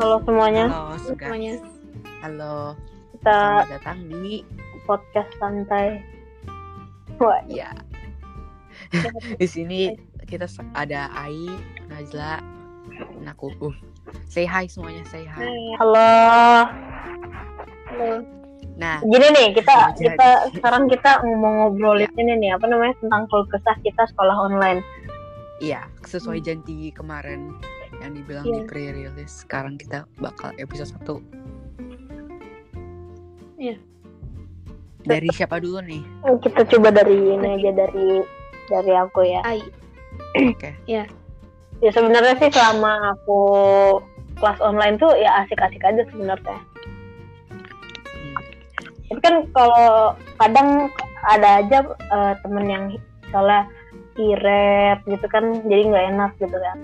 Halo semuanya. Halo semuanya. Halo. Kita Selamat datang di podcast santai. Wah, ya. Di sini kita ada Ai, Najla, dan aku. Say hi semuanya, say hi. halo. Halo. Nah, Gini nih, kita jadi. sekarang kita mau ngobrolin ini nih, apa namanya, tentang keluh kesah kita sekolah online. Iya, sesuai janji kemarin yang dibilang di pre-release. Sekarang kita bakal episode 1. Iya. Dari siapa dulu nih? Kita coba dari ini aja, dari aku ya. Ai. Oke. Ya sebenarnya sih selama aku kelas online tuh ya asik-asik aja sebenarnya. Tapi kan kalau kadang ada aja temen yang misalnya irep gitu kan, jadi nggak enak gitu kan.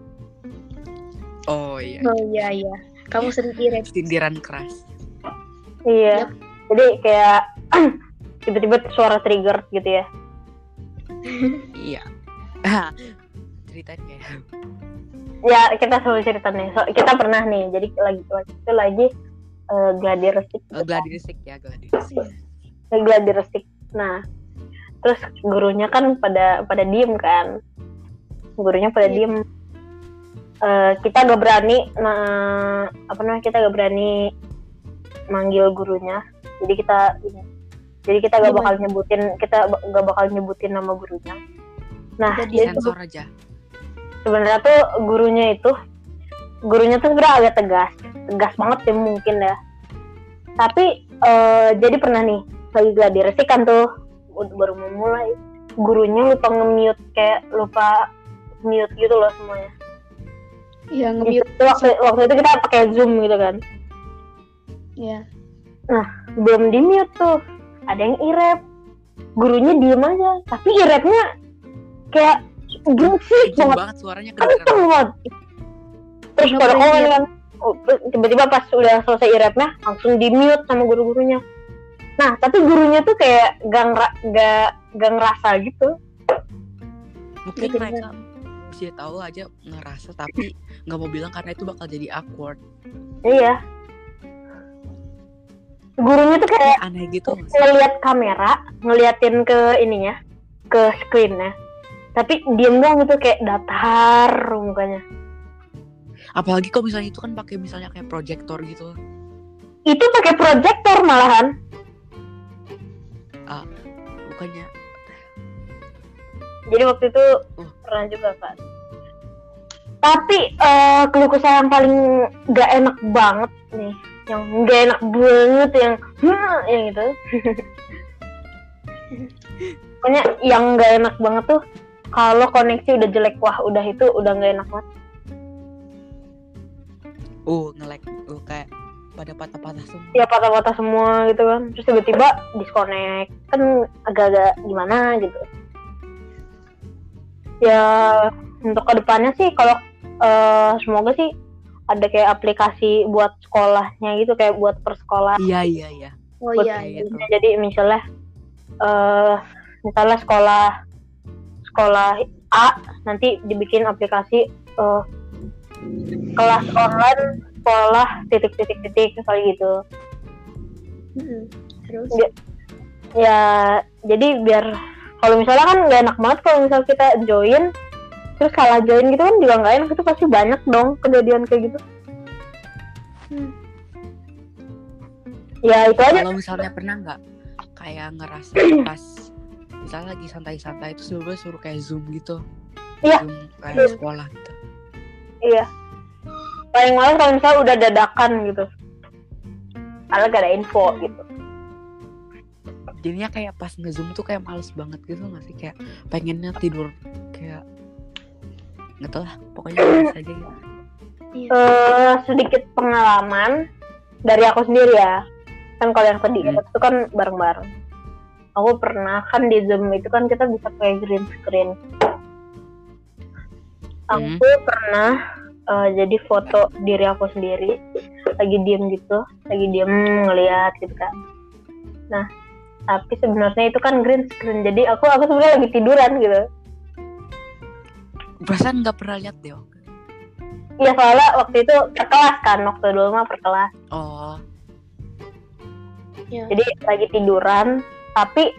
Oh iya. Oh iya. Kamu sering irep. Sindiran keras. Iya. Yap. Jadi kayak tiba-tiba suara trigger gitu ya. Iya. Ceritain kayak. Ya kita selalu cerita nih. Kita pernah nih. Jadi lagi gladi resik. Gladi resik. Gladi resik. Nah, terus gurunya kan pada diem kan. Gurunya pada diem. Kita gak berani. Kita gak berani manggil gurunya. Jadi kita gak bakal nyebutin nama gurunya. Nah, jadi sensor aja. Sebenarnya tuh gurunya tuh sebenarnya agak tegas banget ya mungkin ya. Tapi jadi pernah nih lagi gladi resik kan tuh baru mau mulai, gurunya lupa mute gitu loh semuanya. Iya, nge-mute. Waktu itu kita pakai Zoom gitu kan. Iya. Nah, belum di mute tuh, ada yang irep, gurunya diem aja, tapi irepnya kayak berisik banget suaranya kedengeran banget. Terus pada komen kan, tiba-tiba pas udah selesai irepnya langsung di mute sama guru-gurunya. Nah, tapi gurunya tuh kayak gak ngerasa gitu. Mungkin mereka bisa tahu aja ngerasa tapi nggak mau bilang karena itu bakal jadi awkward. Iya. Gurunya tuh kayak aneh gitu. Ngeliat kamera, ngeliatin ke ininya, ke screennya. Tapi diem doang gitu, kayak datar mukanya. Apalagi kalau misalnya itu kan pakai misalnya kayak proyektor gitu. Itu pakai proyektor malahan. Bukannya. Jadi waktu itu pernah juga kan. Tapi keluh kesah yang paling gak enak banget nih, yang gak enak banget yang gitu. Pokoknya yang gak enak banget tuh kalau koneksi udah jelek. Wah, udah itu udah gak enak banget. Nge-lag. Kayak pada patah-patah semua. Ya patah-patah semua gitu kan. Terus tiba-tiba disconnect. Kan agak-agak gimana gitu. Ya untuk kedepannya sih kalau semoga sih ada kayak aplikasi buat sekolahnya gitu, kayak buat persekolahan. Iya. Oh iya. Jadi misalnya sekolah A nanti dibikin aplikasi kelas online sekolah titik misalnya gitu. Terus Ya jadi biar kalau misalnya kan nggak enak banget kalau misal kita join terus salah join gitu kan juga nggak enak, itu pasti banyak dong kejadian kayak gitu. Ya itu aja. Kalau misalnya pernah nggak kayak ngerasa pas misalnya lagi santai-santai itu sebelumnya suruh kayak Zoom gitu. Iya. Zoom kayak sekolah gitu. Iya. Paling males kalau misalnya udah dadakan gitu. Karena gak ada info gitu. Jadinya kayak pas nge-Zoom tuh kayak males banget gitu nggak sih, kayak pengennya tidur kayak nggak tau lah, pokoknya males aja gitu. Sedikit pengalaman dari aku sendiri ya. Kan kalau yang tadi itu kan bareng-bareng. Aku pernah kan di Zoom itu kan kita bisa pakai green screen. Aku pernah jadi foto diri aku sendiri lagi diem ngeliat gitu kan. Nah, tapi sebenarnya itu kan green screen, jadi aku sebenarnya lagi tiduran gitu. Perasaan nggak pernah lihat deh. ya soalnya waktu itu per kelas kan, waktu dulu mah per kelas. Oh, Ya. Jadi lagi tiduran tapi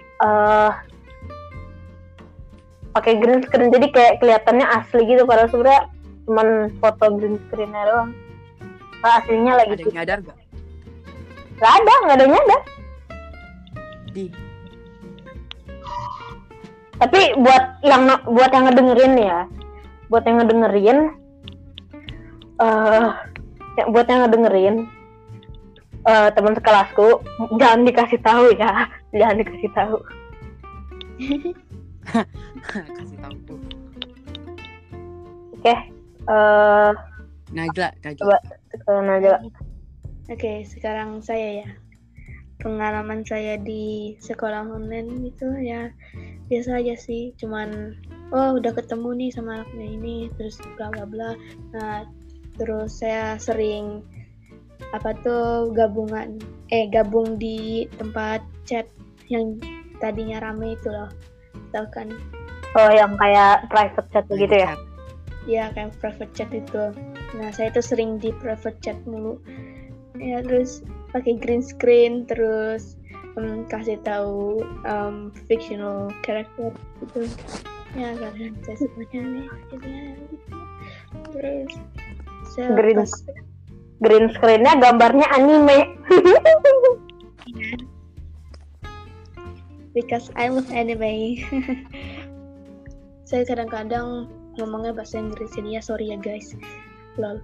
pakai green screen, jadi kayak kelihatannya asli gitu, padahal sebenarnya cuman foto green screen-nya doang. Nah, aslinya lagi ada yang nyadar gak? nggak ada yang nyadar. Di Tapi buat yang ngedengerin ya, buat yang ngedengerin, buat yang ngedengerin, teman sekelasku jangan dikasih tahu ya, jangan dikasih tahu. kasih tahu tuh. Oke, Najla. coba aja. Oke, sekarang saya ya. Pengalaman saya di sekolah online itu ya biasa aja sih. Cuman, udah ketemu nih sama anaknya ini, terus bla bla bla. Nah, terus saya sering gabung di tempat chat yang tadinya rame itu loh. Tahu kan? Oh, yang kayak private chat gitu ya? Ya, kayak private chat itu. Nah, saya tuh sering di private chat mulu. Ya, terus pakai green screen, terus kasih tahu fictional character gitu. Ya, karena saya sukanya nih, akhirnya gitu. Terus saya Green screen-nya gambarnya anime. Because I love anime. Saya kadang-kadang ngomongnya bahasa Inggris ini ya, sorry ya guys. Lol.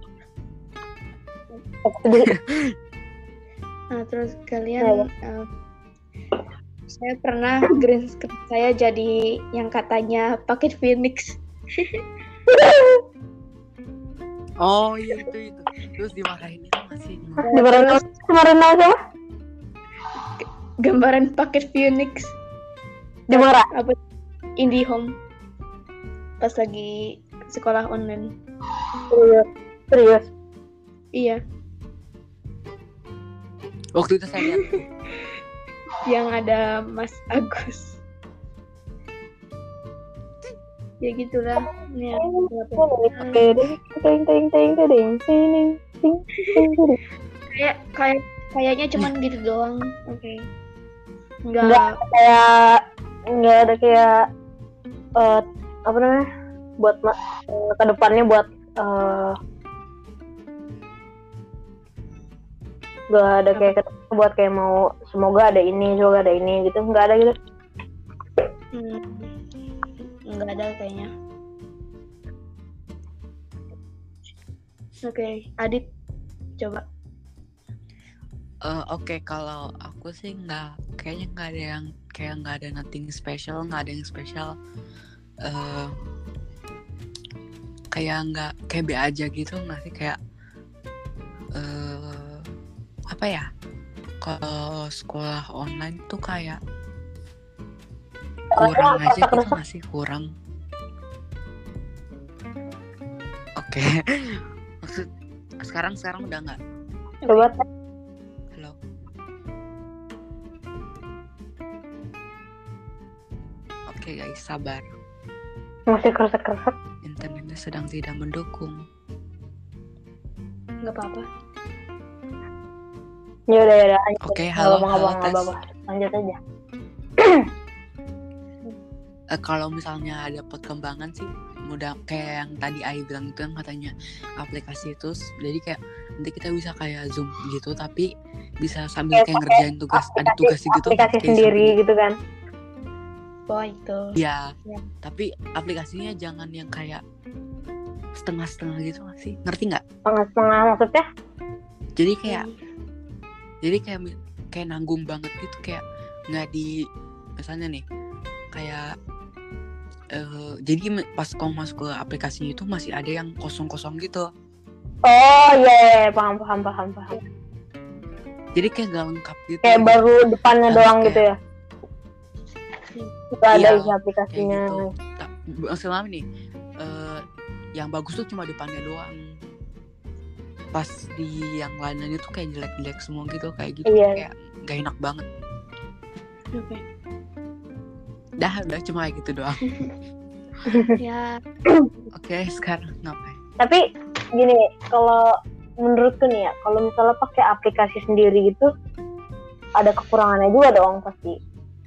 Nah, terus kalian saya pernah green screen saya jadi yang katanya paket Phoenix. Oh iya itu. Terus dimarahin itu masih. Dimarahin kemarin apa? Gambaran paket Phoenix. Dimarahin. Apa? IndiHome. Pas lagi sekolah online. Serius. Iya. Waktu itu saya lihat Yang ada Mas Agus. Ya gitulah. Ya, kayaknya cuman gitu doang. Oke. Enggak ada kayak apa namanya? Buat kedepannya buat gak ada kayak buat kayak mau semoga ada ini gitu, nggak ada gitu. Nggak ada kayaknya. Oke, Adit coba. Oke, kalau aku sih kayaknya nggak ada yang kayak nggak ada nothing special, nggak ada yang spesial. Kayak nggak kayak be aja gitu, nggak sih kayak apa ya? Kalau sekolah online tuh kayak kurang aja gitu, masih kurang. Oke. Maksud sekarang udah nggak? Coba. Halo. Oke guys, sabar. Masih keresek. Internetnya sedang tidak mendukung. Nggak apa-apa. Ya udah. Oke, halo tes. Lanjut aja. Kalau misalnya ada perkembangan sih, mudah kayak yang tadi Ai bilang itu, yang katanya aplikasi itu, jadi kayak nanti kita bisa kayak Zoom gitu, tapi bisa sambil kayak ngerjain tugas, ada tugas gitu. Aplikasi sendiri gitu kan? Oh itu. Iya. Tapi aplikasinya jangan yang kayak setengah-setengah gitu nggak sih? Ngerti nggak? Setengah maksudnya? Jadi kayak nanggung banget gitu, kayak nggak di misalnya nih kayak jadi pas kamu masuk ke aplikasinya itu masih ada yang kosong-kosong gitu. Oh iya, paham. Jadi kayak nggak lengkap gitu. Kayak baru depannya doang gitu ya? Nggak ada isi aplikasinya. Gitu. Maksudnya nih yang bagus tuh cuma depannya doang. Pas di yang lainnya tuh kayak jelek-jelek semua gitu, kayak gitu. Iya. Kayak gak enak banget. Oke. Udah cuma kayak gitu doang. Ya. Oke, sekarang ngapain? Tapi gini, kalau menurutku nih ya, kalau misalnya pakai aplikasi sendiri gitu ada kekurangannya juga dong pasti.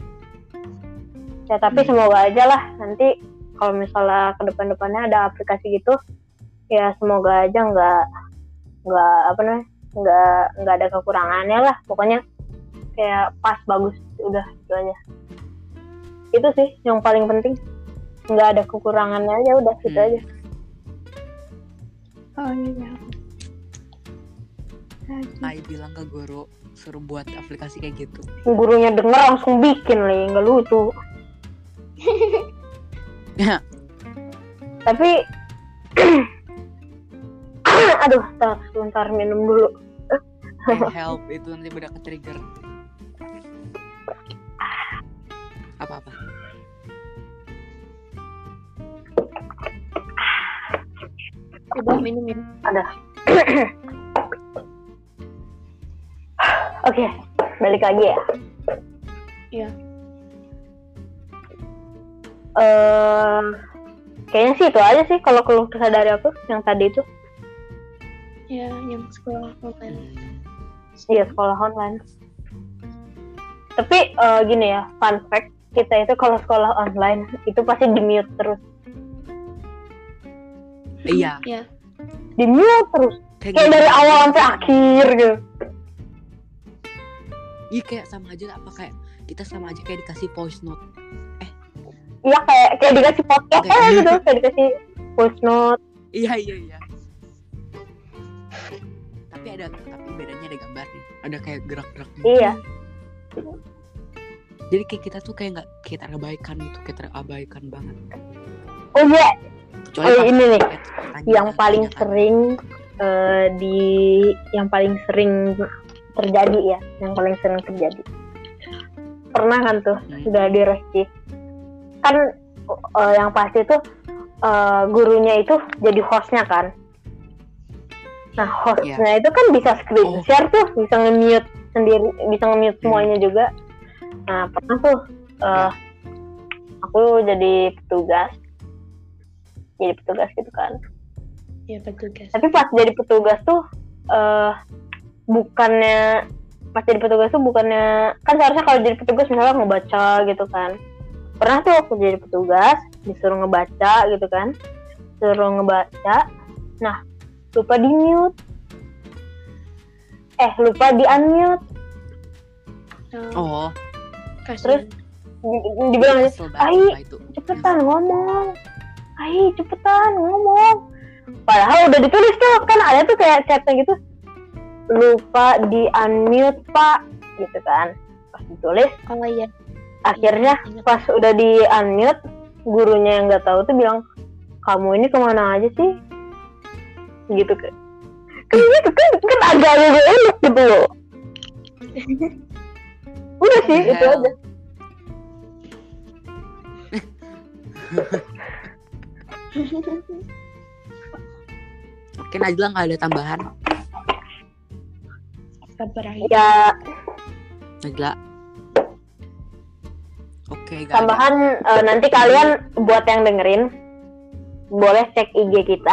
Ya tapi semoga aja lah nanti kalau misalnya ke depan-depannya ada aplikasi gitu, ya semoga aja nggak apa namanya, nggak ada kekurangannya lah. Pokoknya kayak pas, bagus, udah itu aja. Itu sih yang paling penting, nggak ada kekurangannya aja, udah gitu aja. Oh iya. Ai bilang ke guru suruh buat aplikasi kayak gitu. Gurunya denger langsung bikin nih, nggak lucu. Tapi aduh, sebentar minum dulu. Help itu nanti udah ke-trigger. Apa-apa. Coba minum ya. Ada. Oke, balik lagi ya. Iya. Kayaknya sih itu aja sih kalau keluh kesah dari aku yang tadi itu. Ya, yang sekolah online. Iya, sekolah online. Tapi gini ya, fun fact, kita itu kalau sekolah online itu pasti di-mute terus. Iya. Iya. Di-mute terus. Kayak gitu. dari awal sampai akhir gitu. Iya, kayak sama aja apa kayak kita sama aja kayak dikasih voice note. Iya, kayak dikasih podcast gitu, kayak dikasih voice note. Iya. Tapi bedanya ada gambarnya, ada kayak gerak-geraknya. Iya. Jadi kayak kita tuh kayak nggak kita abaikan gitu, kita abaikan banget. Oh iya. Kecuali ini nih, yang paling sering terjadi ya, yang paling sering terjadi. Pernah kan tuh, sudah di Resti. Kan yang pasti tuh gurunya itu jadi hostnya kan. Nah, hostnya itu kan bisa screen share tuh, bisa nge-mute sendiri, bisa nge-mute semuanya juga. Nah, pernah tuh aku jadi petugas gitu kan. Iya, petugas. Tapi pas jadi petugas tuh bukannya kan seharusnya kalau jadi petugas misalnya ngebaca gitu kan. Pernah tuh aku jadi petugas disuruh ngebaca gitu kan, nah lupa di mute, lupa di unmute. Oh. Terus dibilang aja, cepetan ngomong. Padahal udah ditulis tuh, kan ada tuh kayak chatnya gitu, lupa di unmute pak, gitu kan. Pas ditulis, oh iya. Akhirnya pas udah di unmute, gurunya yang nggak tahu tuh bilang, kamu ini kemana aja sih? Gitu kan. Kan agak enak gitu loh. Udah sih, itu aja. Oke, Najla nggak ada tambahan? Ya. Najla. Oke, tambahan nanti kalian buat yang dengerin boleh cek IG kita.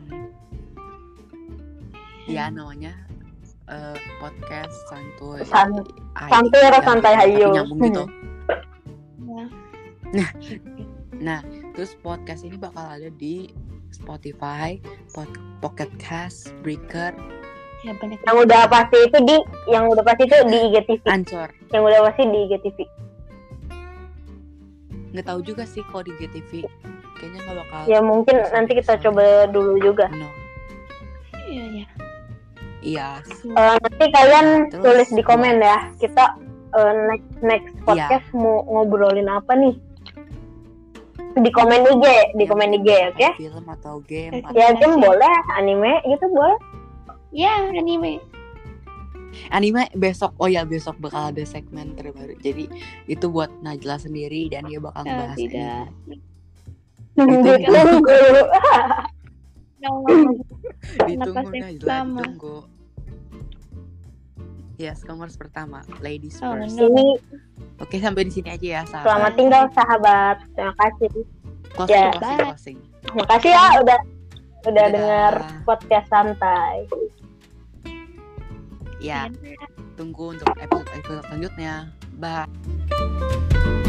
Ya, namanya podcast santuy hayo. Nyambung gitu. Nah, terus podcast ini bakal ada di Spotify, Pocket Cast, Breaker. Ya, yang udah pasti itu di IGTV. Anchor. Yang udah pasti di IGTV. Nggak tahu juga sih kalau di IGTV. Kayaknya nggak bakal. Ya mungkin nanti kita coba dulu juga. No. Iya. Nanti kalian tulis di komen ya. Kita next podcast mau ngobrolin apa nih? Di komen IG, oke? Film atau game? Ya game boleh, anime gitu boleh. Ya, anime besok. Oh ya, besok bakal ada segmen terbaru. Jadi itu buat Najla sendiri dan dia bakal ngebahas tidak. Ditunggu Najla, ditunggu. Yes, Commerce pertama, ladies first. Ini Oke, sampai di sini aja ya, sahabat. Selamat tinggal sahabat. Terima kasih. Closing. Terima kasih ya udah udah Dadah. dengar podcast santai. Ya, tunggu untuk episode selanjutnya. Bye.